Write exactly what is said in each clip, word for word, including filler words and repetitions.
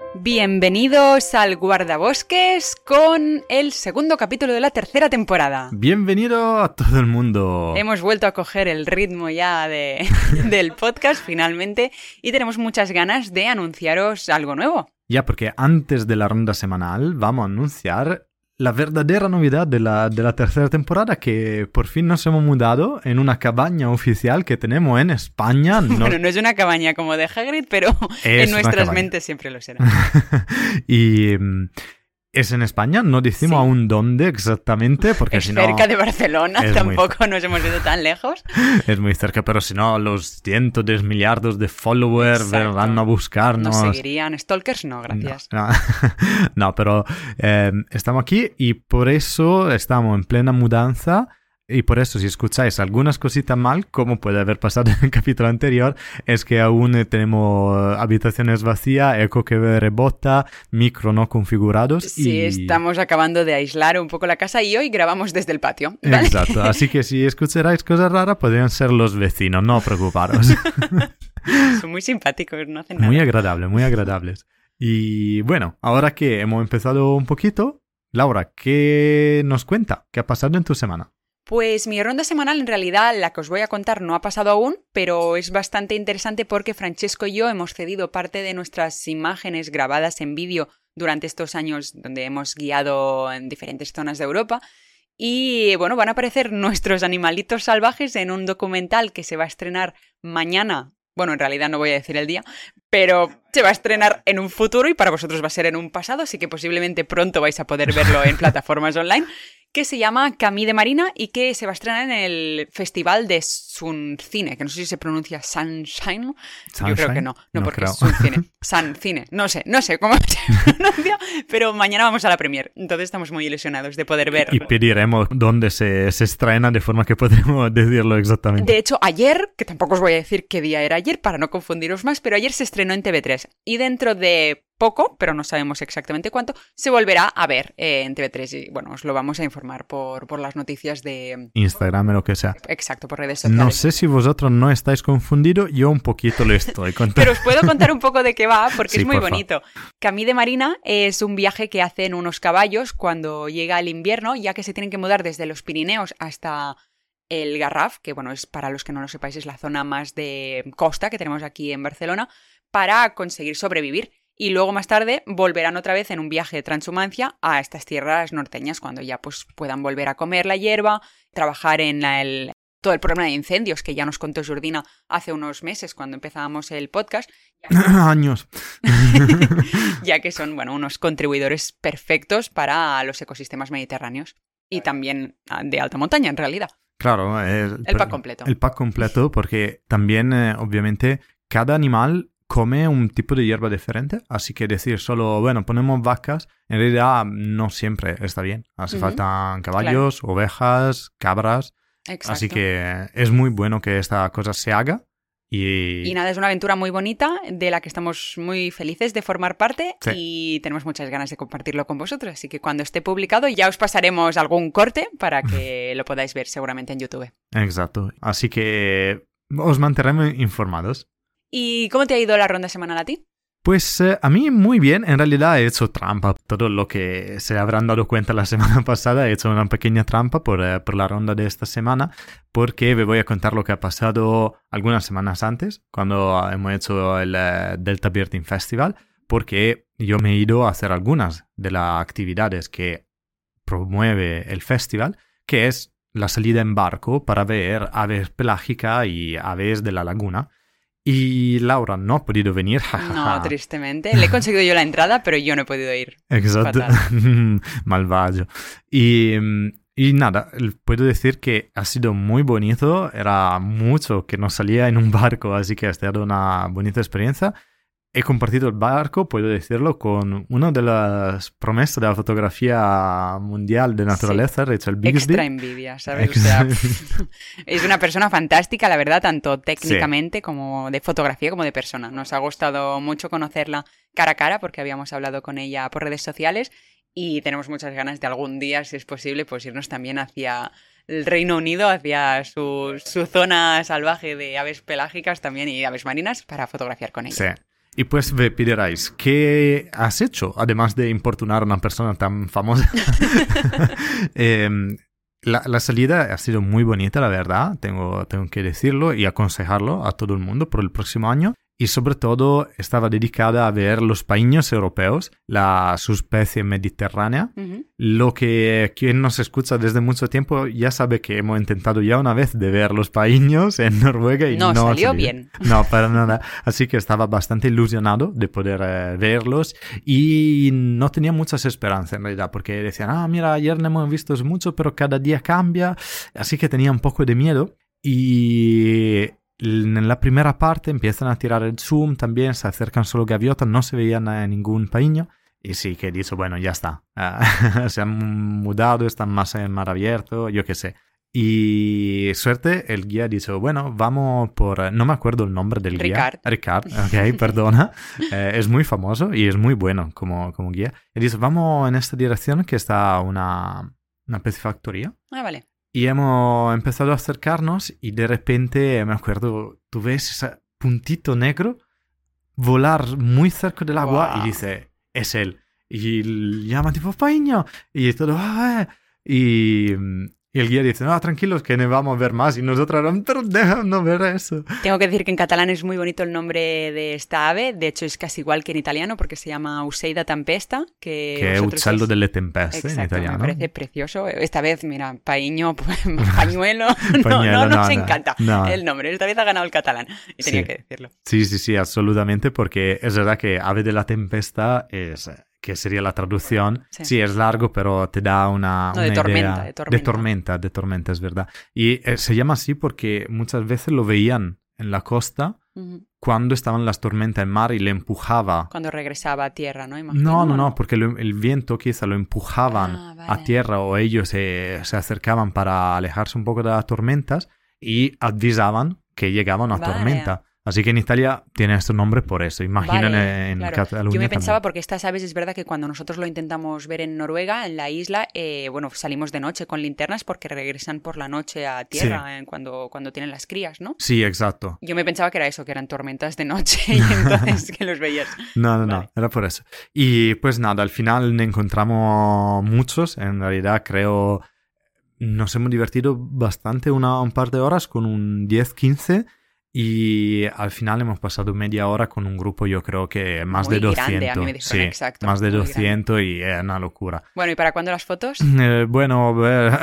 Bienvenidos al Guardabosques con el segundo capítulo de la tercera temporada. Bienvenido a todo el mundo. Hemos vuelto a coger el ritmo ya de, del podcast finalmente y tenemos muchas ganas de anunciaros algo nuevo. Ya, porque antes de la ronda semanal vamos a anunciar la verdadera novedad de la, de la tercera temporada, que por fin nos hemos mudado en una cabaña oficial que tenemos en España. No... Bueno, no es una cabaña como de Hagrid, pero en nuestras mentes siempre lo será. Y es en España, no decimos sí. aún dónde exactamente, porque es si no... cerca de Barcelona, tampoco muy... nos hemos ido tan lejos. Es muy cerca, pero si no, los cientos de millardos de followers Exacto. van a buscarnos. Nos seguirían. Stalkers no, gracias. No, no. no pero eh, estamos aquí y por eso estamos en plena mudanza. Y por eso, si escucháis algunas cositas mal, como puede haber pasado en el capítulo anterior, es que aún tenemos habitaciones vacías, eco que rebota, micro no configurados. Sí, y... estamos acabando de aislar un poco la casa y hoy grabamos desde el patio, ¿vale? Exacto, así que si escucharais cosas raras, podrían ser los vecinos, no preocuparos. Son muy simpáticos, no hacen nada. Muy agradables, muy agradables. Y bueno, ahora que hemos empezado un poquito, Laura, ¿qué nos cuenta? ¿Qué ha pasado en tu semana? Pues mi ronda semanal, en realidad, la que os voy a contar no ha pasado aún, pero es bastante interesante porque Francesco y yo hemos cedido parte de nuestras imágenes grabadas en vídeo durante estos años donde hemos guiado en diferentes zonas de Europa. Y bueno, van a aparecer nuestros animalitos salvajes en un documental que se va a estrenar mañana. Bueno, en realidad no voy a decir el día, pero se va a estrenar en un futuro y para vosotros va a ser en un pasado, así que posiblemente pronto vais a poder verlo en plataformas online, que se llama Camí de Marina y que se va a estrenar en el Festival de Suncine, que no sé si se pronuncia Sunshine. Sunshine. Yo creo que no, no, no porque creo. Es Suncine. Suncine, no sé, no sé cómo se pronuncia, pero mañana vamos a la premier, entonces estamos muy ilusionados de poder verlo. Y pediremos dónde se, se estrena de forma que podemos decirlo exactamente. De hecho, ayer, que tampoco os voy a decir qué día era ayer para no confundiros más, pero ayer se estrenó en T V tres y dentro de poco, pero no sabemos exactamente cuánto, se volverá a ver eh, en T V tres y bueno, os lo vamos a informar por, por las noticias de Instagram o lo que sea. Exacto, por redes sociales. No sé si vosotros no estáis confundidos, yo un poquito lo estoy contando. Pero os puedo contar un poco de qué va, porque sí, es muy bonito. Camí de Marina es un viaje que hacen unos caballos cuando llega el invierno, ya que se tienen que mudar desde los Pirineos hasta el Garraf, que bueno, es para los que no lo sepáis, es la zona más de costa que tenemos aquí en Barcelona, para conseguir sobrevivir. Y luego más tarde volverán otra vez en un viaje de transhumancia a estas tierras norteñas cuando ya pues puedan volver a comer la hierba, trabajar en la, el, todo el problema de incendios que ya nos contó Jordina hace unos meses cuando empezábamos el podcast. Años. Ya que son, bueno, unos contribuidores perfectos para los ecosistemas mediterráneos y también de alta montaña en realidad. Claro. El, el pack completo. El pack completo porque también, eh, obviamente, cada animal come un tipo de hierba diferente, así que decir solo, bueno, ponemos vacas, en realidad no siempre está bien. Hace uh-huh. falta caballos, claro. ovejas, cabras. Exacto. Así que es muy bueno que esta cosa se haga. Y... y nada, es una aventura muy bonita de la que estamos muy felices de formar parte sí. y tenemos muchas ganas de compartirlo con vosotros. Así que cuando esté publicado ya os pasaremos algún corte para que lo podáis ver seguramente en YouTube. Exacto. Así que os mantendremos informados. ¿Y cómo te ha ido la ronda semanal a ti? Pues eh, a mí muy bien, en realidad he hecho trampa. Todo lo que se habrán dado cuenta la semana pasada, he hecho una pequeña trampa por, eh, por la ronda de esta semana, porque me voy a contar lo que ha pasado algunas semanas antes, cuando hemos hecho el eh, Delta Birding Festival, porque yo me he ido a hacer algunas de las actividades que promueve el festival, que es la salida en barco para ver aves pelágicas y aves de la laguna. Y Laura no ha podido venir. No, tristemente. Le he conseguido yo la entrada, pero yo no he podido ir. Exacto. Malvado. Y, y nada, puedo decir que ha sido muy bonito. Era mucho que no salía en un barco, así que ha sido una bonita experiencia. He compartido el barco, puedo decirlo, con una de las promesas de la fotografía mundial de naturaleza, sí. Rachel Bigsby. Extra envidia, ¿sabes? Extra. O sea, es una persona fantástica, la verdad, tanto técnicamente sí. como de fotografía como de persona. Nos ha gustado mucho conocerla cara a cara porque habíamos hablado con ella por redes sociales y tenemos muchas ganas de algún día, si es posible, pues irnos también hacia el Reino Unido, hacia su, su zona salvaje de aves pelágicas también y aves marinas para fotografiar con ella. Sí. Y pues me pediréis, ¿qué has hecho? Además de importunar a una persona tan famosa. eh, la, la salida ha sido muy bonita, la verdad, tengo, tengo que decirlo y aconsejarlo a todo el mundo por el próximo año. Y sobre todo estaba dedicada a ver los paíños europeos, la subespecie mediterránea. Uh-huh. Lo que quien nos escucha desde mucho tiempo ya sabe que hemos intentado ya una vez de ver los paíños en Noruega y no, no salió bien. No, para nada. Así que estaba bastante ilusionado de poder eh, verlos y no tenía muchas esperanzas en realidad porque decían, ah, mira, ayer no hemos visto mucho, pero cada día cambia. Así que tenía un poco de miedo y... En la primera parte empiezan a tirar el zoom también, se acercan solo gaviotas, no se veían a ningún paíño. Y sí, que he dicho, bueno, ya está. Uh, se han mudado, están más en mar abierto, yo qué sé. Y suerte, el guía ha dicho, bueno, vamos por... No me acuerdo el nombre del Ricard. guía. Ricard. Ok, perdona. Eh, es muy famoso y es muy bueno como, como guía. Y dice, vamos en esta dirección que está una, una piscifactoría. Ah, vale. Y hemos empezado a acercarnos y de repente, me acuerdo, tú ves ese puntito negro volar muy cerca del agua. Wow. Y dice, es él. Y llama tipo, paíño. Y todo, ah, y... Y el guía dice, no, tranquilos, que no vamos a ver más. Y nosotros, pero déjanos ver eso. Tengo que decir que en catalán es muy bonito el nombre de esta ave. De hecho, es casi igual que en italiano, porque se llama Ocell de tempesta. Que, que es uccello es... delle tempeste. Exacto, en italiano. Me parece precioso. Esta vez, mira, paíño, pañuelo. no, Pañuelo, no, no, nos no, encanta no. el nombre. Esta vez ha ganado el catalán. Y tenía sí. que decirlo. Sí, sí, sí, absolutamente. Porque es verdad que ave de la tempesta es... que sería la traducción. Sí. sí, es largo, pero te da una, no, una de tormenta, idea. De tormenta, de tormenta, de tormenta, es verdad. Y eh, se llama así porque muchas veces lo veían en la costa uh-huh. cuando estaban las tormentas en mar y le empujaba. Cuando regresaba a tierra, ¿no? Imagino, no, no, no, porque lo, el viento quizá lo empujaban ah, vale. a tierra o ellos se, se acercaban para alejarse un poco de las tormentas y avisaban que llegaba una vale. tormenta. Así que en Italia tiene este nombre por eso. Imaginan vale, en claro. Cataluña. Yo me pensaba también. Porque estas aves es verdad que cuando nosotros lo intentamos ver en Noruega, en la isla, eh, bueno, salimos de noche con linternas porque regresan por la noche a tierra sí. eh, cuando, cuando tienen las crías, ¿no? Sí, exacto. Yo me pensaba que era eso, que eran tormentas de noche y entonces que los veías. No, no, vale. no, era por eso. Y pues nada, al final encontramos muchos. En realidad creo nos hemos divertido bastante una, un par de horas con un diez quince. Y al final hemos pasado media hora con un grupo, yo creo que más muy de doscientos. Grande, a mí me dijeron, sí, exacto, más de doscientos grande. Y es una locura. Bueno, ¿y para cuándo las fotos? Eh, bueno,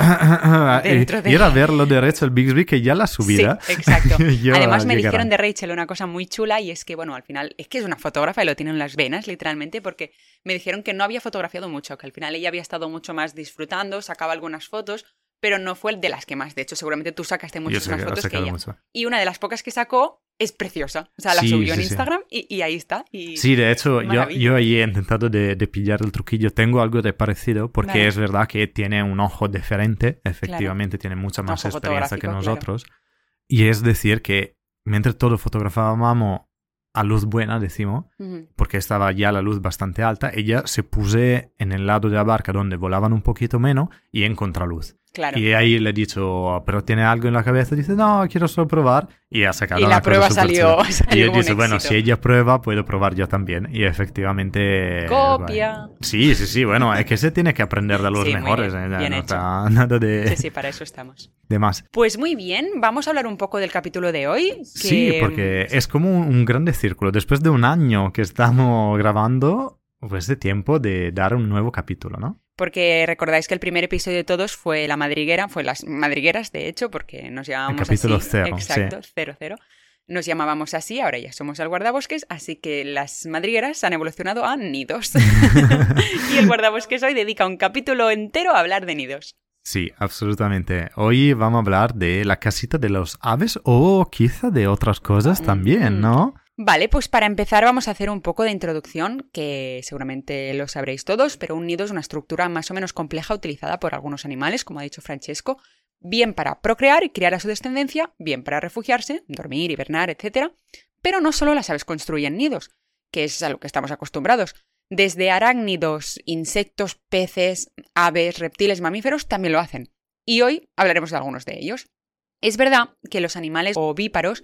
Dentro de... ir a ver lo de Rachel Bixby, que ya la subida. Sí, exacto. Además me llegará. dijeron de Rachel una cosa muy chula y es que, bueno, al final es que es una fotógrafa y lo tiene en las venas, literalmente, porque me dijeron que no había fotografiado mucho, que al final ella había estado mucho más disfrutando, sacaba algunas fotos, pero no fue de las que más. De hecho, seguramente tú sacaste muchísimas que fotos que ella. Mucho. Y una de las pocas que sacó es preciosa. O sea, la sí, subió sí, en Instagram sí. y, y ahí está. Y sí, de hecho, yo, yo ahí he intentado de, de pillar el truquillo. Tengo algo de parecido porque vale. es verdad que tiene un ojo diferente. Efectivamente, claro. tiene mucha más ojo experiencia que nosotros. Claro. Y es decir que mientras todos fotografábamos a luz buena, decimos, uh-huh. porque estaba ya la luz bastante alta, ella se puso en el lado de la barca donde volaban un poquito menos y en contraluz. Claro. Y ahí le he dicho, ¿pero tiene algo en la cabeza? Dice, no, quiero solo probar. Y ha sacado y una la prueba cosa salió, salió. Y él dice, bueno, si ella prueba, puedo probar yo también. Y efectivamente... ¡Copia! Bueno, sí, sí, sí. Bueno, es que se tiene que aprender de los sí, mejores. Bien, ¿eh? bien no hecho. Está nada de... Sí, sí, para eso estamos. De más. Pues muy bien, vamos a hablar un poco del capítulo de hoy. Que... Sí, porque es como un grande círculo. Después de un año que estamos grabando, pues de tiempo de dar un nuevo capítulo, ¿no? Porque recordáis que el primer episodio de todos fue la madriguera, fue las madrigueras, de hecho, porque nos llamábamos el capítulo así. cero, Exacto, sí. cero, cero. Nos llamábamos así, ahora ya somos el guardabosques, así que las madrigueras han evolucionado a nidos. Y el guardabosques hoy dedica un capítulo entero a hablar de nidos. Sí, absolutamente. Hoy vamos a hablar de la casita de los aves o quizá de otras cosas también, ¿no? Vale, pues para empezar vamos a hacer un poco de introducción, que seguramente lo sabréis todos, pero un nido es una estructura más o menos compleja utilizada por algunos animales, como ha dicho Francesco, bien para procrear y criar a su descendencia, bien para refugiarse, dormir, hibernar, etcétera. Pero no solo las aves construyen nidos, que es a lo que estamos acostumbrados. Desde arácnidos, insectos, peces, aves, reptiles, mamíferos también lo hacen. Y hoy hablaremos de algunos de ellos. Es verdad que los animales ovíparos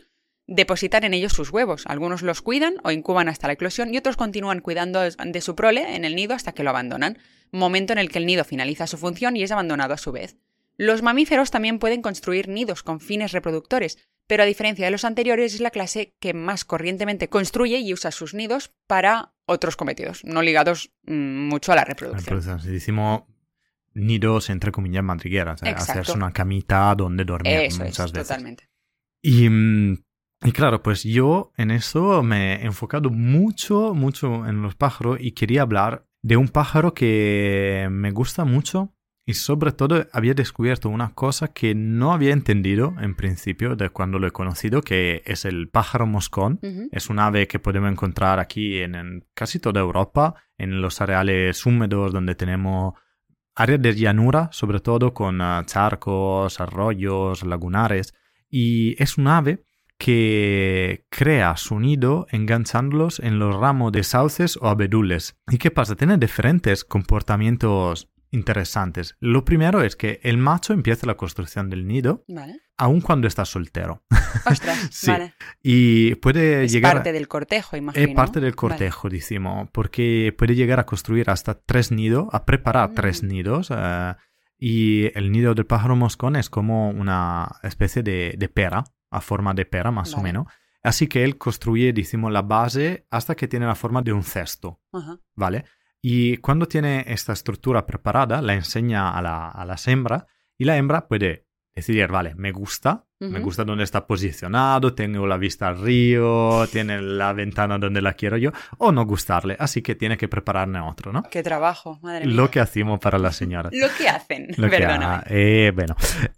depositar en ellos sus huevos. Algunos los cuidan o incuban hasta la eclosión y otros continúan cuidando de su prole en el nido hasta que lo abandonan, momento en el que el nido finaliza su función y es abandonado a su vez. Los mamíferos también pueden construir nidos con fines reproductores, pero a diferencia de los anteriores es la clase que más corrientemente construye y usa sus nidos para otros cometidos, no ligados mmm, mucho a la reproducción. Entonces, decimos nidos entre comillas madrigueras, eh, hacerse una camita donde dormir eso muchas es, veces. Totalmente. Y, y claro, pues yo en eso me he enfocado mucho, mucho en los pájaros y quería hablar de un pájaro que me gusta mucho y sobre todo había descubierto una cosa que no había entendido en principio de cuando lo he conocido, que es el pájaro moscón. Uh-huh. Es un ave que podemos encontrar aquí en, en casi toda Europa, en los areales húmedos donde tenemos áreas de llanura, sobre todo con uh, charcos, arroyos, lagunares. Y es un ave que crea su nido enganchándolos en los ramos de sauces o abedules. ¿Y qué pasa? Tiene diferentes comportamientos interesantes. Lo primero es que el macho empieza la construcción del nido, vale, aun cuando está soltero. Ostras, sí. Vale. Y puede es llegar... Es parte del cortejo, imagino. Es parte del cortejo, vale, decimos, porque puede llegar a construir hasta tres nidos, a preparar mm. tres nidos, uh, y el nido del pájaro moscón es como una especie de, de pera, a forma de pera más vale. o menos. Así que él construye, decimos, la base hasta que tiene la forma de un cesto, uh-huh. ¿vale? Y cuando tiene esta estructura preparada, la enseña a la, a la hembra y la hembra puede decidir, vale, me gusta, uh-huh. me gusta donde está posicionado, tengo la vista al río, tiene la ventana donde la quiero yo, o no gustarle, así que tiene que prepararme otro, ¿no? ¡Qué trabajo, madre mía! Lo que hacemos para la señora. Lo que hacen, Lo perdóname. Que, eh, bueno.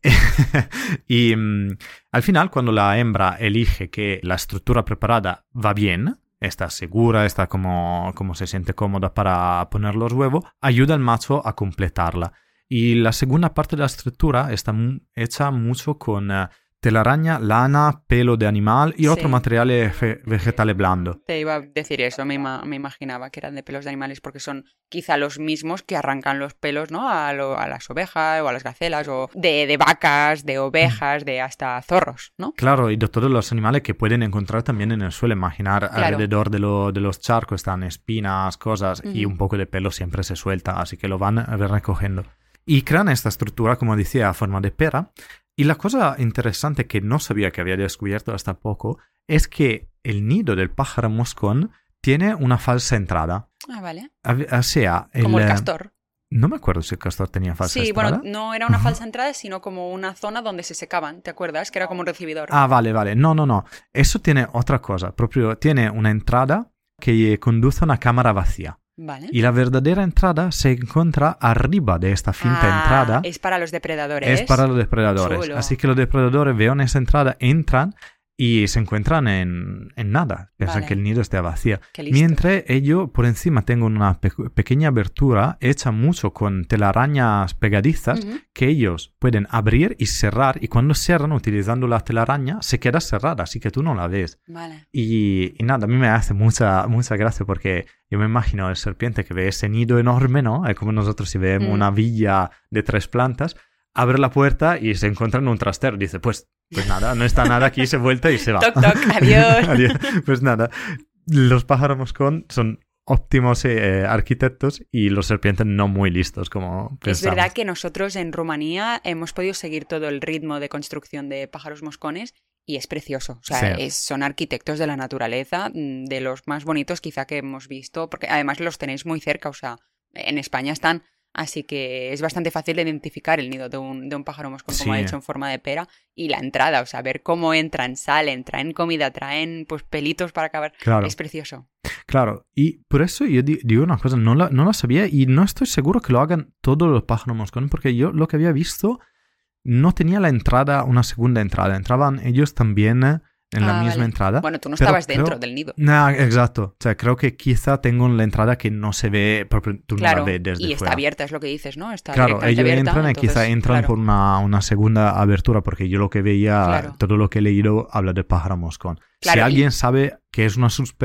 Y um, al final, cuando la hembra elige que la estructura preparada va bien, está segura, está como, como se siente cómoda para poner los huevos, ayuda al macho a completarla. Y la segunda parte de la estructura está mu- hecha mucho con uh, telaraña, lana, pelo de animal y sí. otro material fe- vegetal blando. Te iba a decir eso, me, ima- me imaginaba que eran de pelos de animales porque son quizá los mismos que arrancan los pelos, ¿no? A, lo, a las ovejas o a las gacelas o de, de vacas, de ovejas, de hasta zorros, ¿no? Claro, y de todos los animales que pueden encontrar también en el suelo. Imaginar claro. alrededor de, lo, de los charcos están espinas, cosas uh-huh. y un poco de pelo siempre se suelta, así que lo van recogiendo. Y crean esta estructura, como decía, a forma de pera. Y la cosa interesante que no sabía que había descubierto hasta poco es que el nido del pájaro moscón tiene una falsa entrada. Ah, vale. O sea, el, como el castor. No me acuerdo si el castor tenía falsa sí, entrada. Sí, bueno, no era una falsa entrada, sino como una zona donde se secaban, ¿te acuerdas? Que era como un recibidor. Ah, vale, vale. No, no, no. Eso tiene otra cosa. Proprio tiene una entrada que conduce a una cámara vacía. Vale. Y la verdadera entrada se encuentra arriba de esta finta ah, entrada. Es para los depredadores. Es para los depredadores. Chulo. Así que los depredadores ven esa entrada, entran y se encuentran en, en nada. Piensan vale. que el nido está vacío. Mientras ellos por encima tienen una pe- pequeña abertura hecha mucho con telarañas pegadizas uh-huh. que ellos pueden abrir y cerrar. Y cuando cierran utilizando la telaraña se queda cerrada, así que tú no la ves. Vale. Y, y nada, a mí me hace mucha, mucha gracia porque yo me imagino el serpiente que ve ese nido enorme, ¿no? Es como nosotros si vemos mm. una villa de tres plantas, abre la puerta y se encuentra en un trastero. Dice, pues, pues nada, no está nada aquí, se vuelta y se va. Toc, toc, adiós. Adiós. Pues nada, los pájaros moscón son óptimos eh, arquitectos y los serpientes no muy listos, como pensamos. Es verdad que nosotros en Rumanía hemos podido seguir todo el ritmo de construcción de pájaros moscones y es precioso. O sea, sí. es, son arquitectos de la naturaleza, de los más bonitos quizá que hemos visto, porque además los tenéis muy cerca, o sea, en España están. Así que es bastante fácil de identificar el nido de un, de un pájaro moscón, como sí. ha dicho, en forma de pera, y la entrada, o sea, ver cómo entran, salen, traen comida, traen pues pelitos para acabar. Claro. Es precioso. Claro, y por eso yo digo una cosa, no la, no la sabía y no estoy seguro que lo hagan todos los pájaros moscón, porque yo lo que había visto no tenía la entrada, una segunda entrada, entraban ellos también en ah, la misma vale. entrada. Bueno, tú no estabas dentro creo, del nido. No, exacto. O sea, creo que quizá tengo la entrada que no se ve, tú claro, no la ves desde y está fuera. abierta, es lo que dices, ¿no? Está claro, ellos abierta, entran entonces, y quizá entran claro. por una, una segunda abertura, porque yo lo que veía, claro. todo lo que he leído habla de pájaro moscón. Claro, si alguien y... sabe que es una subespecie,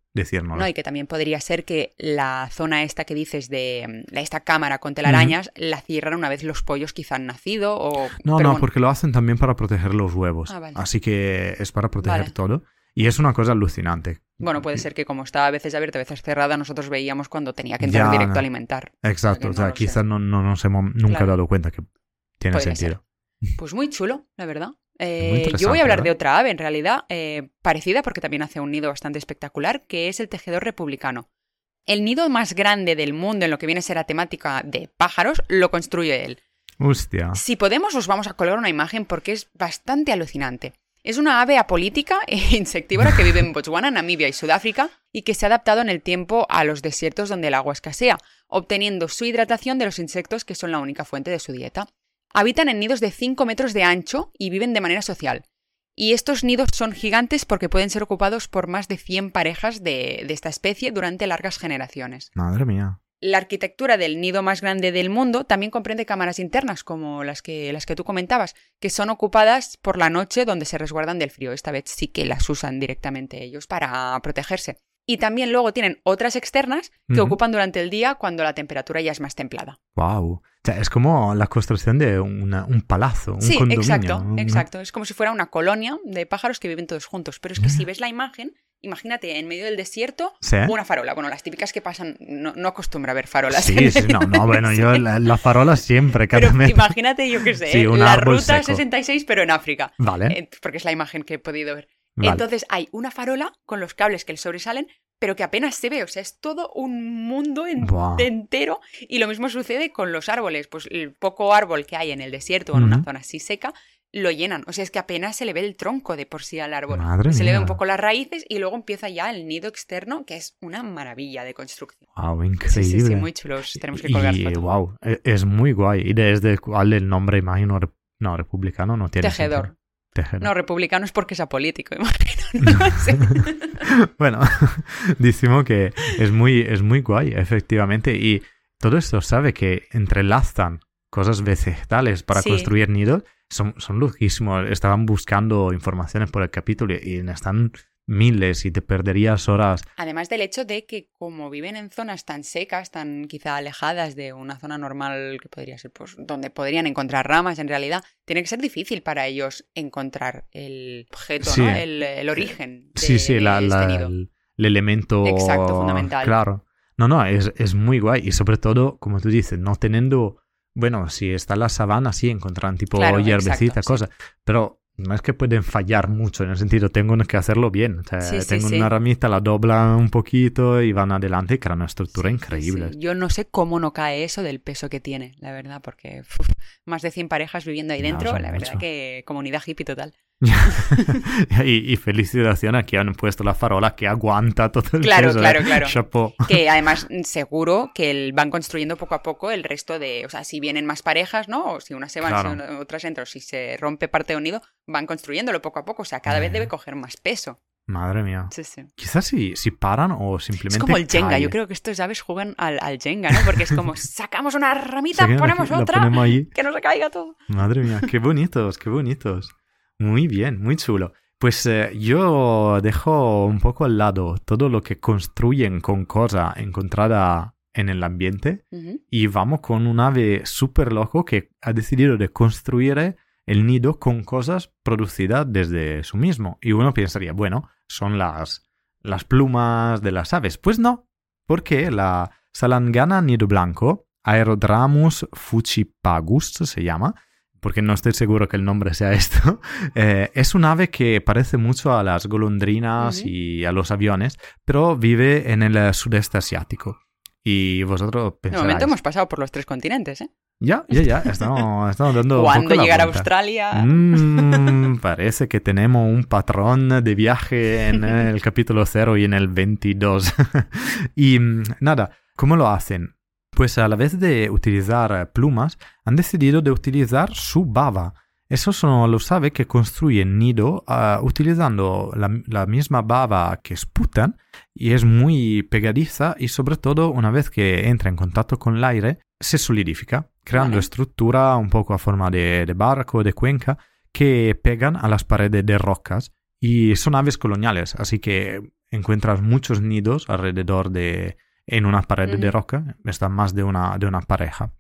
decírnoslo. No, y que también podría ser que la zona esta que dices de esta cámara con telarañas uh-huh. la cierran una vez los pollos quizá han nacido o... No, Pero no, bueno. porque lo hacen también para proteger los huevos. Ah, vale. Así que es para proteger Vale. todo. Y es una cosa alucinante. Bueno, puede ser que como está a veces abierta, a veces cerrada, nosotros veíamos cuando tenía que entrar Ya, directo no. a alimentar. Exacto, O o sea, sea, no quizás no, no nos hemos nunca Claro. dado cuenta que tiene Podría sentido. Pues muy chulo, la verdad. Eh, interesante, yo voy a hablar ¿verdad? de otra ave, en realidad, eh, parecida porque también hace un nido bastante espectacular, que es el tejedor republicano. El nido más grande del mundo en lo que viene a ser la temática de pájaros lo construye él. Hostia. Si podemos, os vamos a colgar una imagen porque es bastante alucinante. Es una ave apolítica e insectívora que vive en Botswana, Namibia y Sudáfrica y que se ha adaptado en el tiempo a los desiertos donde el agua escasea, obteniendo su hidratación de los insectos que son la única fuente de su dieta. Habitan en nidos de cinco metros de ancho y viven de manera social. Y estos nidos son gigantes porque pueden ser ocupados por más de cien parejas de, de esta especie durante largas generaciones. Madre mía. La arquitectura del nido más grande del mundo también comprende cámaras internas, como las que, las que tú comentabas, que son ocupadas por la noche donde se resguardan del frío. Esta vez sí que las usan directamente ellos para protegerse. Y también luego tienen otras externas que Uh-huh. ocupan durante el día cuando la temperatura ya es más templada. Wow. O sea, es como la construcción de una- un palazo, un Sí, condominio. exacto, un- exacto. Es como si fuera una colonia de pájaros que viven todos juntos. Pero es que si ves la imagen, imagínate, en medio del desierto, ¿Sí? una farola. Bueno, las típicas que pasan, no, no acostumbro a ver farolas. Sí, sí, no, no, bueno, yo la, la farola siempre, cada Pero mes. imagínate, yo qué sé, Sí, ¿eh? un la árbol ruta seco. sesenta y seis, pero en África. Vale. Eh, porque es la imagen que he podido ver. Vale. Entonces hay una farola con los cables que le sobresalen, pero que apenas se ve. O sea, es todo un mundo en- Buah. entero. Y lo mismo sucede con los árboles. Pues el poco árbol que hay en el desierto o en Ujú. una zona así seca, lo llenan. O sea, es que apenas se le ve el tronco de por sí al árbol. Madre se le ve mía. un poco las raíces y luego empieza ya el nido externo, que es una maravilla de construcción. Wow, Sí, increíble. sí, sí, muy chulos. Tenemos que colgar Y, foto. wow, e- es muy guay. ¿Y desde cuál el nombre, imagino? rep- No, republicano no tiene Tejedor. sentido. Tejedor. No, republicano es porque es apolítico, imagino. No sé. Bueno, decimos que es muy, es muy guay, efectivamente. Y todo esto sabe que entrelazan cosas vegetales para Sí. construir nidos. Son, son loquísimos. Estaban buscando informaciones por el capítulo y están miles y te perderías horas. Además del hecho de que como viven en zonas tan secas, tan quizá alejadas de una zona normal que podría ser, pues, donde podrían encontrar ramas en realidad, tiene que ser difícil para ellos encontrar el objeto, Sí. ¿no? El, el origen de, Sí, sí, de la, este la- nido. el, el elemento... Exacto, fundamental. Claro. No, no, es, es muy guay. Y sobre todo, como tú dices, no teniendo... Bueno, si está la sabana, sí, encontrarán tipo Claro, hierbecita, exacto, sí. cosas. Pero no es que pueden fallar mucho, en el sentido, tengo que hacerlo bien. O sea, Sí, sí, tengo sí. una ramita, la doblan un poquito y van adelante y crean una estructura Sí, increíble. sí. Yo no sé cómo no cae eso del peso que tiene, la verdad, porque uf, más de cien parejas viviendo ahí No, dentro, son la verdad mucho. que comunidad hippie total. y, y felicitaciones a que han puesto la farola que aguanta todo el Claro, peso, ¿eh? claro, claro. Chapeau. Que además seguro que el- van construyendo poco a poco el resto de... O sea, si vienen más parejas, ¿no? O si unas se van, Claro. si otras entran, o si se rompe parte de un nido, van construyéndolo poco a poco. O sea, cada vez Eh. debe coger más peso. Madre mía. Sí, sí. Quizás si, si paran o simplemente Es como el Jenga. cae. Yo creo que estos aves juegan al, al Jenga, ¿no? Porque es como, sacamos una ramita, Sacan- ponemos la otra, ponemos ahí. que no se caiga todo. Madre mía, qué bonitos, qué bonitos. Muy bien, muy chulo. Pues eh, yo dejo un poco al lado todo lo que construyen con cosa encontrada en el ambiente Ujú. y vamos con un ave súper loco que ha decidido de construir el nido con cosas producidas desde su mismo. Y uno pensaría, bueno, son las, las plumas de las aves. Pues no, porque la salangana nido blanco, Aerodramus fucipagus se llama, porque no estoy seguro que el nombre sea esto, eh, es un ave que parece mucho a las golondrinas Ujú. y a los aviones, pero vive en el eh, sudeste asiático. Y vosotros De pensaréis... momento hemos pasado por los tres continentes, ¿eh? Ya, ya, ya, estamos, estamos dando un ¿Cuándo poco la llegar a vuelta. Australia? Mm, parece que tenemos un patrón de viaje en el capítulo cero y en el veintidós. Y mm, nada, ¿cómo lo hacen? Pues a la vez de utilizar eh, plumas, han decidido de utilizar su baba. Esos son los aves que construyen nido uh, utilizando la, la misma baba que esputan y es muy pegadiza y sobre todo una vez que entra en contacto con el aire se solidifica, creando Vale. estructura un poco a forma de, de barco, de cuenca, que pegan a las paredes de rocas y son aves coloniales, así que encuentras muchos nidos alrededor de... en una pared uh-huh. de roca, están más de una, de una pareja.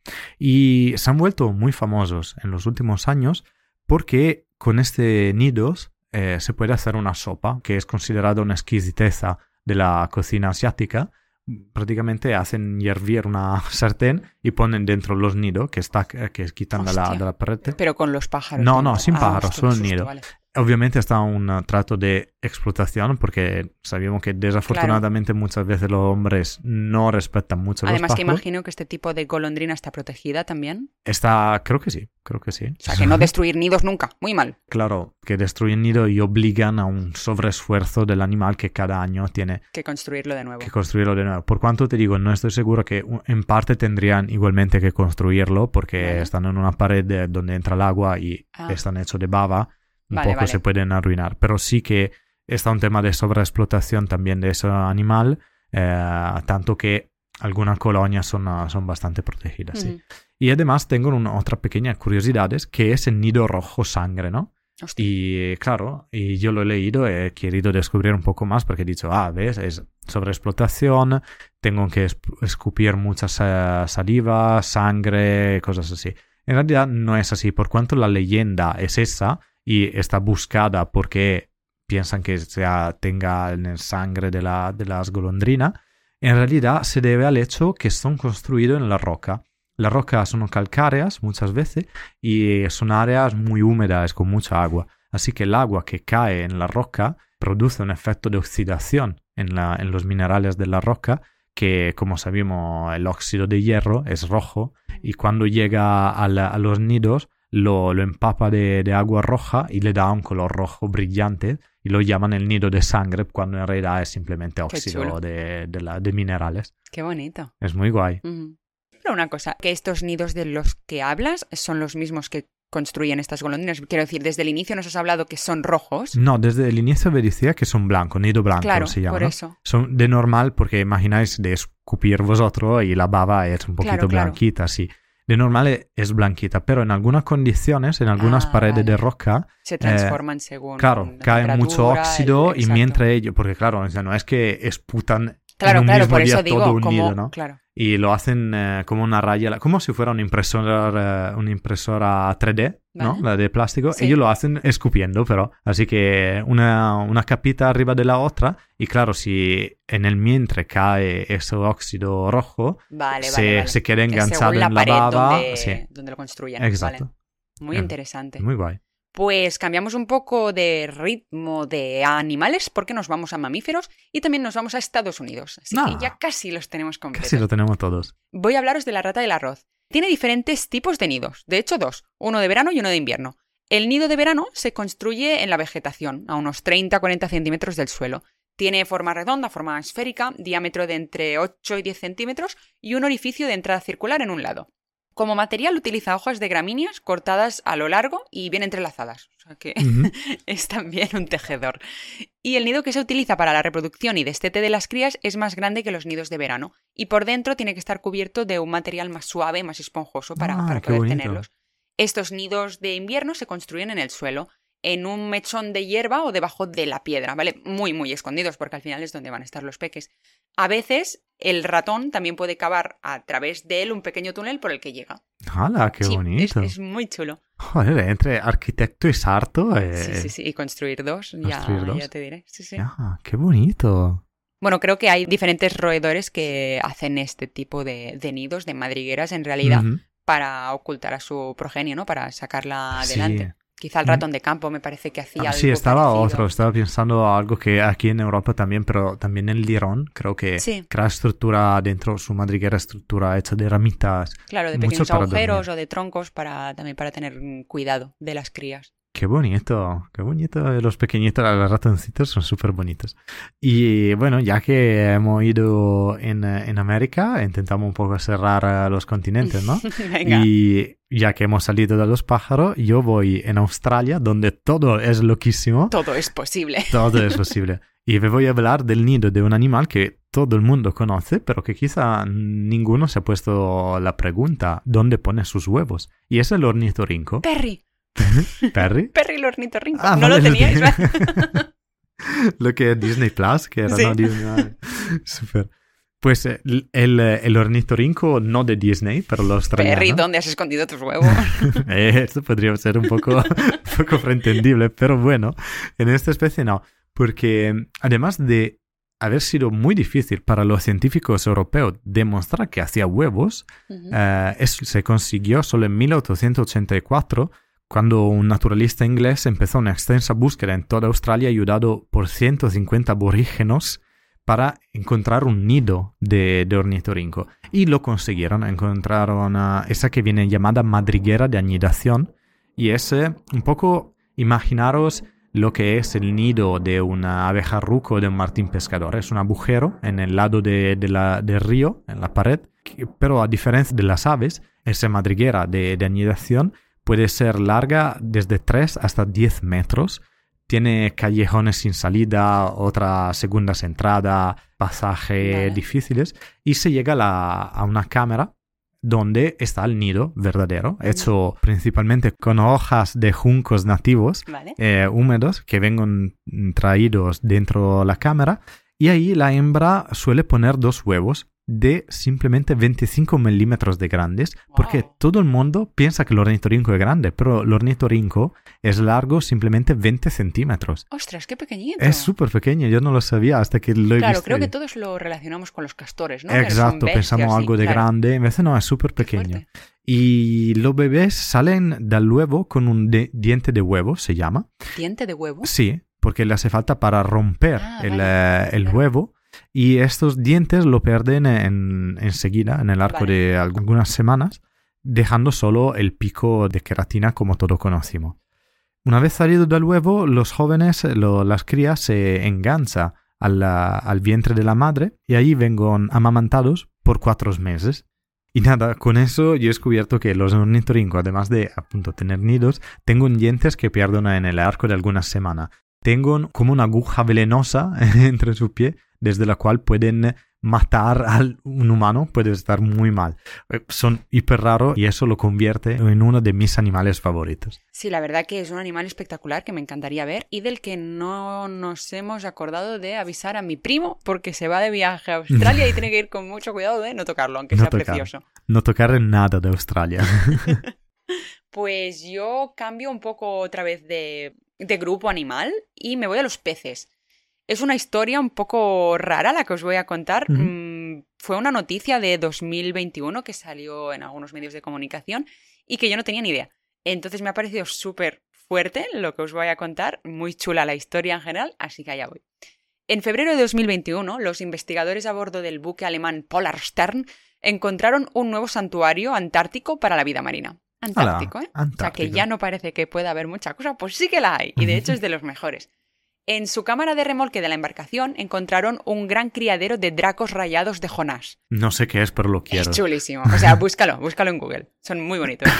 Y se han vuelto muy famosos en los últimos años porque con este nidos eh, se puede hacer una sopa, que es considerada una exquisiteza de la cocina asiática. Prácticamente hacen hervir una sartén y ponen dentro los nidos que, está, que quitan de la, de la pared. Pero con los pájaros. No, no, sin ah, pájaros, solo el nido. Vale. Obviamente está un uh, trato de explotación porque sabemos que desafortunadamente claro. muchas veces los hombres no respetan mucho Además, los pájaros. Además que imagino que este tipo de golondrina está protegida también. Está, creo que sí, creo que sí. O sea, que no destruir nidos nunca, muy mal. Claro, que destruyen nidos y obligan a un sobreesfuerzo del animal que cada año tiene que construirlo de nuevo. Que construirlo de nuevo. Por cuanto te digo, no estoy seguro que en parte tendrían igualmente que construirlo porque vale. están en una pared de, donde entra el agua y ah. están hechos de baba. Un vale, poco vale. se pueden arruinar, pero sí que está un tema de sobreexplotación también de ese animal, eh, tanto que algunas colonias son, son bastante protegidas. Uh-huh. Sí. Y además tengo una otra pequeña curiosidad, que es el nido rojo sangre, ¿no? Hostia. Y claro, y yo lo he leído, he querido descubrir un poco más porque he dicho, ah, ves, es sobreexplotación, tengo que escupir mucha saliva, sangre, cosas así. En realidad no es así, por cuanto la leyenda es esa, y está buscada porque piensan que sea, tenga en el sangre de, la, de las golondrinas, en realidad se debe al hecho que son construidos en la roca. Las rocas son calcáreas muchas veces y son áreas muy húmedas con mucha agua. Así que el agua que cae en la roca produce un efecto de oxidación en, la, en los minerales de la roca, que como sabemos el óxido de hierro es rojo y cuando llega a, la, a los nidos Lo, lo empapa de, de agua roja y le da un color rojo brillante y lo llaman el nido de sangre cuando en realidad es simplemente óxido de, de, la, de minerales. Qué bonito. Es muy guay. Uh-huh. Pero una cosa, que estos nidos de los que hablas son los mismos que construyen estas golondrinas. Quiero decir, desde el inicio nos has hablado que son rojos. No, desde el inicio me decía que son blancos, nido blanco claro, se llama. Por eso. Son de normal porque imagináis de escupir vosotros y la baba es un poquito claro, blanquita, claro. sí. De normal es blanquita, pero en algunas condiciones, en algunas ah, paredes vale. de roca... Se transforman eh, según Claro, cae mucho óxido el, y mientras ellos... Porque claro, o sea, no es que esputan claro, en un claro, mismo por día eso digo, todo un como, nido, ¿no? Claro. Y lo hacen eh, como una raya, como si fuera una impresora, una impresora tres D, ¿no? Vale. La de plástico. Sí. Ellos lo hacen escupiendo, pero... Así que una, una capita arriba de la otra. Y claro, si en el vientre cae ese óxido rojo, vale, se, vale, vale. se queda enganchado la en la baba. Donde, sí. donde lo construyen. Exacto. Vale. Muy eh, interesante. Muy guay. Pues cambiamos un poco de ritmo de animales porque nos vamos a mamíferos y también nos vamos a Estados Unidos. Así ah, que ya casi los tenemos completos. Casi lo tenemos todos. Voy a hablaros de la rata del arroz. Tiene diferentes tipos de nidos, de hecho dos, uno de verano y uno de invierno. El nido de verano se construye en la vegetación, a unos treinta a cuarenta centímetros del suelo. Tiene forma redonda, forma esférica, diámetro de entre ocho y diez centímetros y un orificio de entrada circular en un lado. Como material utiliza hojas de gramíneas cortadas a lo largo y bien entrelazadas. O sea que uh-huh. es también un tejedor. Y el nido que se utiliza para la reproducción y destete de las crías es más grande que los nidos de verano. Y por dentro tiene que estar cubierto de un material más suave, más esponjoso para, ah, para poder bonito. tenerlos. Estos nidos de invierno se construyen en el suelo, en un mechón de hierba o debajo de la piedra, ¿vale? Muy, muy escondidos porque al final es donde van a estar los peques. A veces el ratón también puede cavar a través de él un pequeño túnel por el que llega. ¡Hala, qué sí, bonito! Es, es muy chulo. Joder, entre arquitecto y sarto... Eh... Sí, sí, sí, y construir dos, construir ya, dos. ya te diré. Sí, sí. Ah, ¡qué bonito! Bueno, creo que hay diferentes roedores que hacen este tipo de, de nidos, de madrigueras en realidad, uh-huh. para ocultar a su progenie, ¿no? Para sacarla adelante. Sí. Quizá el ratón de campo me parece que hacía ah, algo Sí, estaba parecido. otro. Estaba pensando algo que aquí en Europa también, pero también el lirón, creo que sí. crea estructura dentro, su madriguera estructura hecha de ramitas. Claro, de pequeños agujeros o de troncos para también para tener cuidado de las crías. Qué bonito, qué bonito. Los pequeñitos, los ratoncitos son súper bonitos. Y bueno, ya que hemos ido en, en América, intentamos un poco cerrar los continentes, ¿no? Venga. Y ya que hemos salido de los pájaros, yo voy en Australia, donde todo es loquísimo. Todo es posible. Todo es posible. Y me voy a hablar del nido de un animal que todo el mundo conoce, pero que quizá ninguno se ha puesto la pregunta, ¿dónde pone sus huevos? Y es el ornitorrinco. Perry. ¿Perry? Perry el ornitorrinco. Ah, ¿No vale, lo teníais? lo que es Disney Plus, que era, sí. ¿no? Disney, super. Pues el, el, el ornitorrinco no de Disney, pero lo australiano. Perry, ¿dónde has escondido tus huevos? eh, esto podría ser un poco, un poco fraentendible, pero bueno, en esta especie no. Porque además de haber sido muy difícil para los científicos europeos demostrar que hacía huevos, uh-huh. eh, eso se consiguió solo en mil ochocientos ochenta y cuatro, cuando un naturalista inglés empezó una extensa búsqueda en toda Australia ayudado por ciento cincuenta aborígenos para encontrar un nido de, de ornitorrinco. Y lo consiguieron, encontraron uh, esa que viene llamada madriguera de anidación, y es uh, un poco, imaginaros lo que es el nido de una abejarruco o de un martín pescador. Es un agujero en el lado de, de la, del río, en la pared, que, pero a diferencia de las aves, esa madriguera de, de anidación puede ser larga desde tres hasta diez metros. Tiene callejones sin salida, otras segundas entradas, pasajes vale. difíciles, y se llega a, la, a una cámara donde está el nido verdadero, uh-huh. hecho principalmente con hojas de juncos nativos vale. eh, húmedos que vengan traídos dentro de la cámara, y ahí la hembra suele poner dos huevos de simplemente veinticinco milímetros de grandes, wow. porque todo el mundo piensa que el ornitorrinco es grande, pero el ornitorrinco es largo simplemente veinte centímetros. ¡Ostras, qué pequeñito! Es súper pequeño, yo no lo sabía hasta que lo he claro, visto. Claro, creo ahí. que todos lo relacionamos con los castores, ¿no? Exacto, pensamos algo de claro. grande, en vez de no, es súper pequeño. Y los bebés salen del huevo con un de- diente de huevo, se llama. ¿Diente de huevo? Sí, porque le hace falta para romper ah, el, vale. eh, el claro. huevo. Y estos dientes lo pierden en, enseguida, en el arco vale. de algunas semanas, dejando solo el pico de queratina como todos conocimos. Una vez salido del huevo, los jóvenes, lo, las crías, se enganchan al, al vientre de la madre y ahí vengan amamantados por cuatro meses. Y nada, con eso yo he descubierto que los ornitorrincos, además de a punto tener nidos, tienen dientes que pierden en el arco de algunas semanas. Tienen como una aguja venenosa entre sus pies, desde la cual pueden matar a un humano, puede estar muy mal. Son hiper raros y eso lo convierte en uno de mis animales favoritos. Sí, la verdad que es un animal espectacular que me encantaría ver y del que no nos hemos acordado de avisar a mi primo porque se va de viaje a Australia y tiene que ir con mucho cuidado de no tocarlo, aunque no sea tocar, precioso. No tocar nada de Australia. Pues yo cambio un poco otra vez de, de grupo animal y me voy a los peces. Es una historia un poco rara la que os voy a contar. Uh-huh. Mm, fue una noticia de dos mil veintiuno que salió en algunos medios de comunicación y que yo no tenía ni idea. Entonces me ha parecido súper fuerte lo que os voy a contar. Muy chula la historia en general, así que allá voy. En febrero de dos mil veintiuno, los investigadores a bordo del buque alemán Polarstern encontraron un nuevo santuario antártico para la vida marina. Antártico, Hola, ¿eh? Antártico. O sea, que ya no parece que pueda haber mucha cosa, pues sí que la hay. Y de hecho es de los mejores. En su cámara de remolque de la embarcación encontraron un gran criadero de dracos rayados de Jonás. No sé qué es, pero lo quiero. Es chulísimo. O sea, búscalo, búscalo en Google. Son muy bonitos.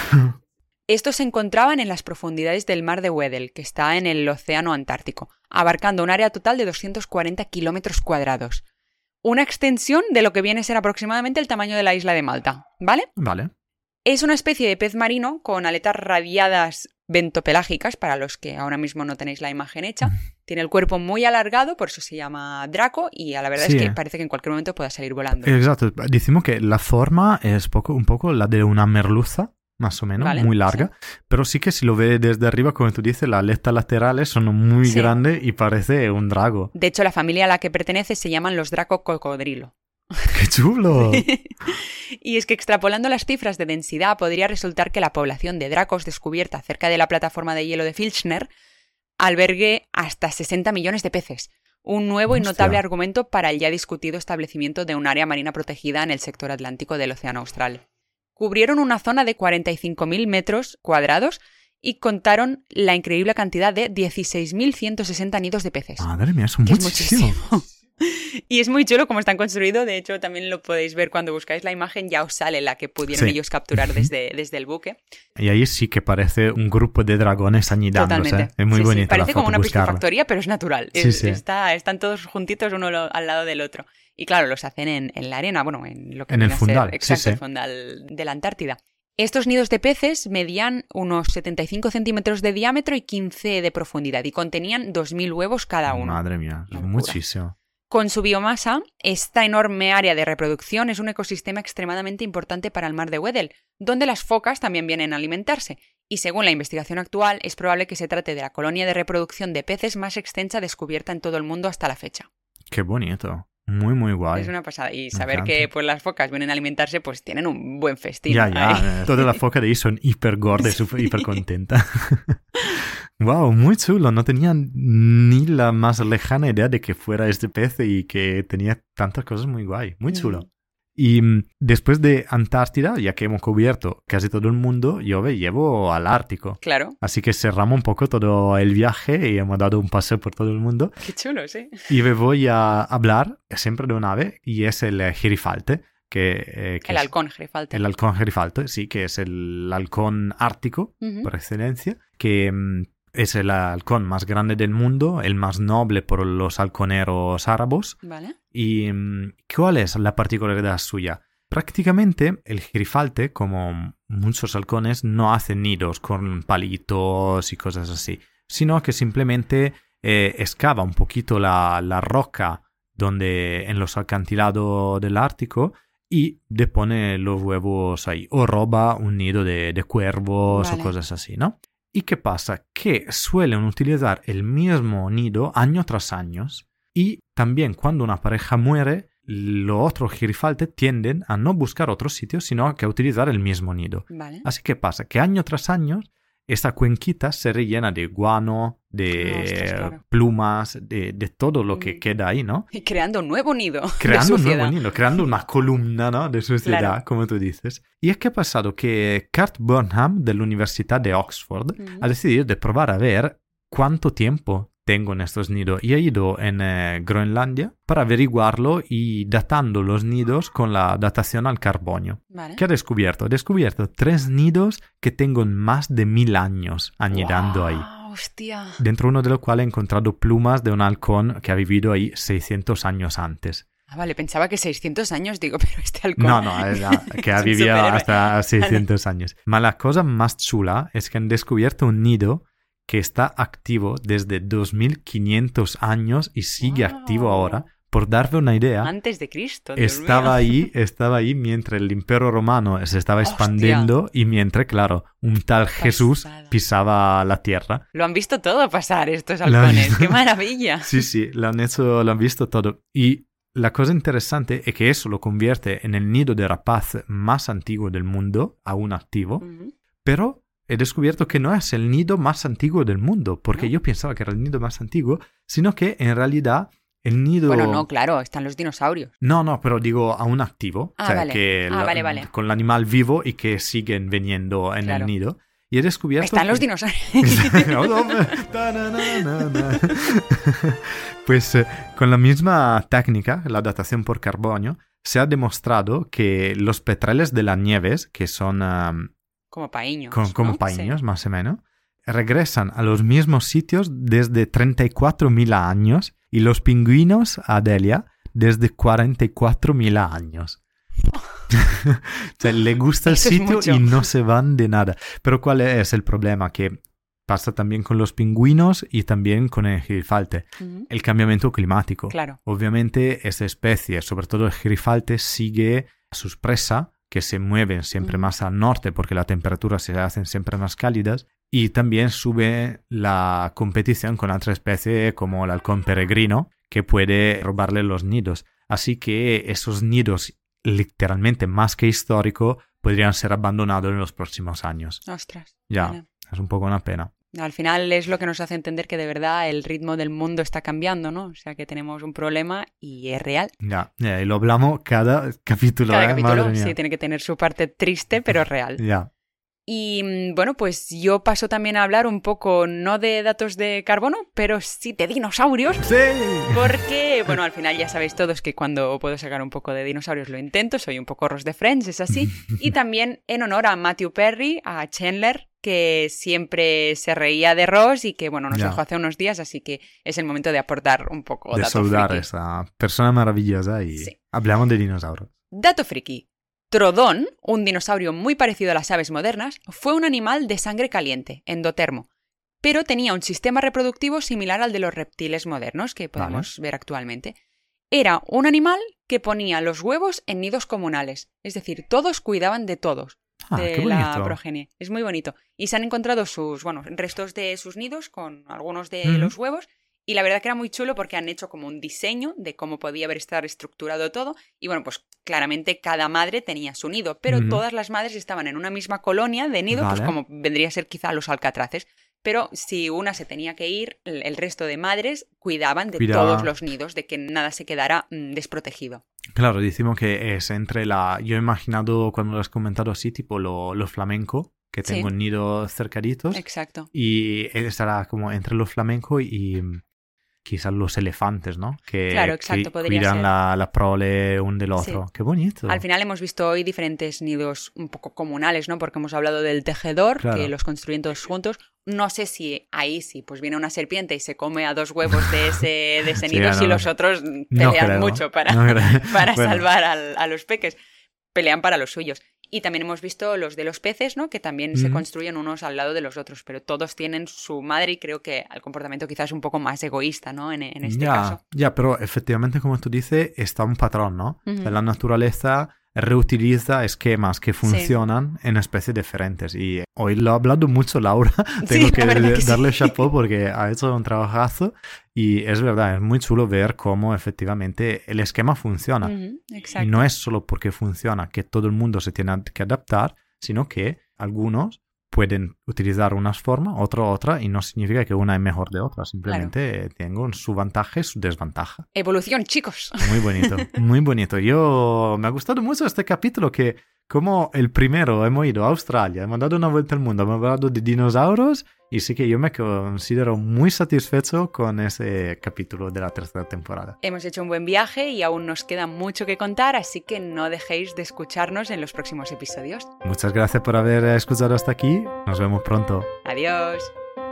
Estos se encontraban en las profundidades del mar de Weddell, que está en el océano Antártico, abarcando un área total de doscientos cuarenta kilómetros cuadrados. Una extensión de lo que viene a ser aproximadamente el tamaño de la isla de Malta, ¿vale? Vale. Es una especie de pez marino con aletas radiadas bentopelágicas, para los que ahora mismo no tenéis la imagen hecha. Tiene el cuerpo muy alargado, por eso se llama Draco, y a la verdad sí, es que eh. parece que en cualquier momento pueda salir volando. Exacto. Decimos que la forma es poco, un poco la de una merluza, más o menos, vale, muy larga. Sí. Pero sí que si lo ves desde arriba, como tú dices, las aletas laterales son muy sí. grandes y parece un drago. De hecho, la familia a la que pertenece se llaman los Draco cocodrilo. ¡Qué chulo! Sí. Y es que extrapolando las cifras de densidad podría resultar que la población de dracos descubierta cerca de la plataforma de hielo de Filchner albergue hasta sesenta millones de peces. Un nuevo Hostia. y notable argumento para el ya discutido establecimiento de un área marina protegida en el sector atlántico del Océano Austral. Cubrieron una zona de cuarenta y cinco mil metros cuadrados y contaron la increíble cantidad de dieciséis mil ciento sesenta nidos de peces. Madre mía, es muchísimo. Es muchísimo. Y es muy chulo cómo están construidos. De hecho, también lo podéis ver cuando buscáis la imagen. Ya os sale la que pudieron sí. ellos capturar desde, desde el buque. Y ahí sí que parece un grupo de dragones anidándose. Totalmente. Es muy sí, bonito. Sí. Parece la foto, como una buscarlo. piscifactoría, pero es natural. Sí, es, sí. Está, están todos juntitos uno lo, al lado del otro. Y claro, los hacen en, en la arena, bueno, en lo que en viene el fundal. a ser, exacto, sí, sí. el fondal de la Antártida. Estos nidos de peces medían unos setenta y cinco centímetros de diámetro y quince de profundidad y contenían dos mil huevos cada uno. Madre mía, es muchísimo. Con su biomasa, esta enorme área de reproducción es un ecosistema extremadamente importante para el mar de Weddell, donde las focas también vienen a alimentarse. Y según la investigación actual, es probable que se trate de la colonia de reproducción de peces más extensa descubierta en todo el mundo hasta la fecha. Qué bonito. Muy, muy guay. Es una pasada. Y saber que pues, las focas vienen a alimentarse, pues tienen un buen festín. Ya, ya. Todas las focas de ahí son hiper gordas, sí. Hiper contentas. Wow, muy chulo. No tenía ni la más lejana idea de que fuera este pez y que tenía tantas cosas muy guay. Muy chulo. Mm. Y después de Antártida, ya que hemos cubierto casi todo el mundo, yo me llevo al Ártico. Claro. Así que cerramos un poco todo el viaje y hemos dado un paseo por todo el mundo. Qué chulo, sí. Y me voy a hablar siempre de un ave y es el gerifalte. Que, eh, que el es halcón gerifalte. El halcón gerifalte, sí, que es el halcón ártico, uh-huh. por excelencia, que um, es el halcón más grande del mundo, el más noble por los halconeros árabes. Vale. ¿Y um, cuál es la particularidad suya? Prácticamente el gerifalte, como muchos halcones, no hace nidos con palitos y cosas así, sino que simplemente eh, excava un poquito la, la roca donde, en los acantilados del Ártico y depone los huevos ahí, o roba un nido de, de cuervos vale. O cosas así, ¿no? ¿Y qué pasa? Que suelen utilizar el mismo nido año tras año y también cuando una pareja muere, los otros girifaltes tienden a no buscar otro sitio, sino que a utilizar el mismo nido. Vale. Así que pasa que año tras año esta cuenquita se rellena de guano, de no, ostras, claro. plumas, de, de todo lo que queda ahí, ¿no? Y creando un nuevo nido. Creando de un nuevo nido, creando una columna, ¿no? De suciedad, claro. como tú dices. Y es que ha pasado que Kurt Burnham, de la Universidad de Oxford, uh-huh. ha decidido de probar a ver cuánto tiempo tengo en estos nidos. Y ha ido en eh, Groenlandia para averiguarlo y datando los nidos con la datación al carbonio. Vale. ¿Qué ha descubierto? Ha descubierto tres nidos que tengo más de mil años añidando wow, ahí. Hostia. Dentro uno de los cuales he encontrado plumas de un halcón que ha vivido ahí seiscientos años antes. Ah, vale, pensaba que seiscientos años, digo, pero este halcón... No, no, es, que ha vivido hasta seiscientos años. Pero la cosa más chula es que han descubierto un nido que está activo desde dos mil quinientos años y sigue wow. activo ahora. Por darle una idea, antes de Cristo, Dios estaba mío. ahí, estaba ahí mientras el Imperio Romano se estaba expandiendo Hostia. Y mientras, claro, un tal Pasada. Jesús pisaba la tierra. Lo han visto todo pasar estos halcones, ¡qué maravilla! Sí, sí, lo han hecho, lo han visto todo. Y la cosa interesante es que eso lo convierte en el nido de rapaz más antiguo del mundo, aún activo, uh-huh. pero he descubierto que no es el nido más antiguo del mundo, porque ¿no? yo pensaba que era el nido más antiguo, sino que en realidad el nido... Bueno, no, claro, están los dinosaurios. No, no, pero digo aún activo, ah, o sea, vale. que ah, la, vale, vale. con el animal vivo y que siguen viniendo en claro. el nido. Y he descubierto... Están que... los dinosaurios. Pues eh, con la misma técnica, la datación por carbonio, se ha demostrado que los petreles de las nieves, que son... Um, como paíños. Con, como ¿no? paíños, sí. más o menos, regresan a los mismos sitios desde treinta y cuatro mil años y los pingüinos, Adelia, desde cuarenta y cuatro mil años. O sea, le gusta el Eso sitio y no se van de nada. Pero ¿cuál es el problema? Que pasa también con los pingüinos y también con el gerifalte. Uh-huh. El cambiamiento climático. Claro. Obviamente, esta especie, sobre todo el gerifalte, sigue a sus presas, que se mueven siempre uh-huh. más al norte porque las temperaturas se hacen siempre más cálidas, y también sube la competición con otras especies como el halcón peregrino, que puede robarle los nidos. Así que esos nidos, literalmente más que históricos, podrían ser abandonados en los próximos años. Ostras. Ya, vale. Es un poco una pena. Al final es lo que nos hace entender que de verdad el ritmo del mundo está cambiando, ¿no? O sea, que tenemos un problema y es real. Ya, ya y lo hablamos cada capítulo. Cada ¿eh? capítulo, sí, tiene que tener su parte triste, pero real. Ya. Y bueno, pues yo paso también a hablar un poco, no de datos de carbono, pero sí de dinosaurios. ¡Sí! Porque, bueno, al final ya sabéis todos que cuando puedo sacar un poco de dinosaurios lo intento, soy un poco Ross de Friends, es así. Y también en honor a Matthew Perry, a Chandler, que siempre se reía de Ross y que, bueno, nos ya. dejó hace unos días, así que es el momento de aportar un poco de dato saludar friki. A esa persona maravillosa y sí. Hablamos de dinosaurios. Dato friki. Trodón, un dinosaurio muy parecido a las aves modernas, fue un animal de sangre caliente, endotermo, pero tenía un sistema reproductivo similar al de los reptiles modernos que podemos vale. ver actualmente. Era un animal que ponía los huevos en nidos comunales, es decir, todos cuidaban de todos, ah, de la progenie. Es muy bonito. Y se han encontrado sus, bueno, restos de sus nidos con algunos de mm. los huevos. Y la verdad que era muy chulo porque han hecho como un diseño de cómo podía haber estado estructurado todo. Y bueno, pues claramente cada madre tenía su nido, pero uh-huh. todas las madres estaban en una misma colonia de nido, vale. pues como vendría a ser quizá los alcatraces. Pero si una se tenía que ir, el resto de madres cuidaban de Cuidaba. todos los nidos, de que nada se quedara mmm, desprotegido. Claro, decimos que es entre la... Yo he imaginado cuando lo has comentado así, tipo lo, lo flamenco, que tengo sí. nidos cercaditos. Exacto. Y estará como entre los flamencos y... quizás los elefantes, ¿no? Que, claro, exacto, que cuidan ser. la, la prole un del otro. Sí. ¡Qué bonito! Al final hemos visto hoy diferentes nidos un poco comunales, ¿no? Porque hemos hablado del tejedor, claro. que los construyen todos juntos. No sé si ahí sí, pues viene una serpiente y se come a dos huevos de ese, de ese nido, sí, no, y los otros pelean no mucho para, no para bueno. salvar al, a los peques. Pelean para los suyos. Y también hemos visto los de los peces, ¿no? Que también mm. se construyen unos al lado de los otros, pero todos tienen su madre y creo que el comportamiento quizás es un poco más egoísta, ¿no? En, en este ya, caso. Ya, pero efectivamente, como tú dices, está un patrón, ¿no? Uh-huh. La naturaleza reutiliza esquemas que funcionan sí. en especies diferentes. Y hoy lo ha hablado mucho Laura. Tengo sí, que, que darle sí. chapeau porque ha hecho un trabajazo. Y es verdad, es muy chulo ver cómo efectivamente el esquema funciona. Uh-huh, exacto. Y no es solo porque funciona que todo el mundo se tiene que adaptar, sino que algunos pueden utilizar unas formas, otra otra, y no significa que una es mejor de otra. Simplemente claro. tengo su ventaja y su desventaja. Evolución, chicos. Muy bonito, muy bonito. Yo me ha gustado mucho este capítulo que, como el primero, hemos ido a Australia, hemos dado una vuelta al mundo, hemos hablado de dinosaurios, y sí que yo me considero muy satisfecho con ese capítulo de la tercera temporada. Hemos hecho un buen viaje y aún nos queda mucho que contar, así que no dejéis de escucharnos en los próximos episodios. Muchas gracias por haber escuchado hasta aquí. Nos vemos pronto. Adiós.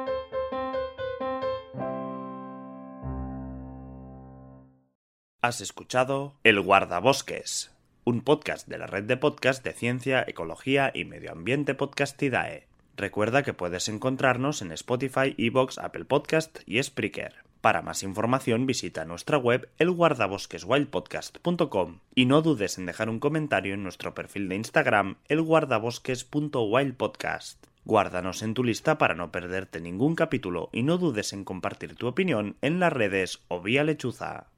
Has escuchado El Guardabosques, un podcast de la red de podcast de ciencia, ecología y medio ambiente Podcastidae. Recuerda que puedes encontrarnos en Spotify, iVoox, Apple Podcast y Spreaker. Para más información visita nuestra web el guardabosques wild podcast punto com y no dudes en dejar un comentario en nuestro perfil de Instagram el guardabosques punto wild podcast. Guárdanos en tu lista para no perderte ningún capítulo y no dudes en compartir tu opinión en las redes o vía lechuza.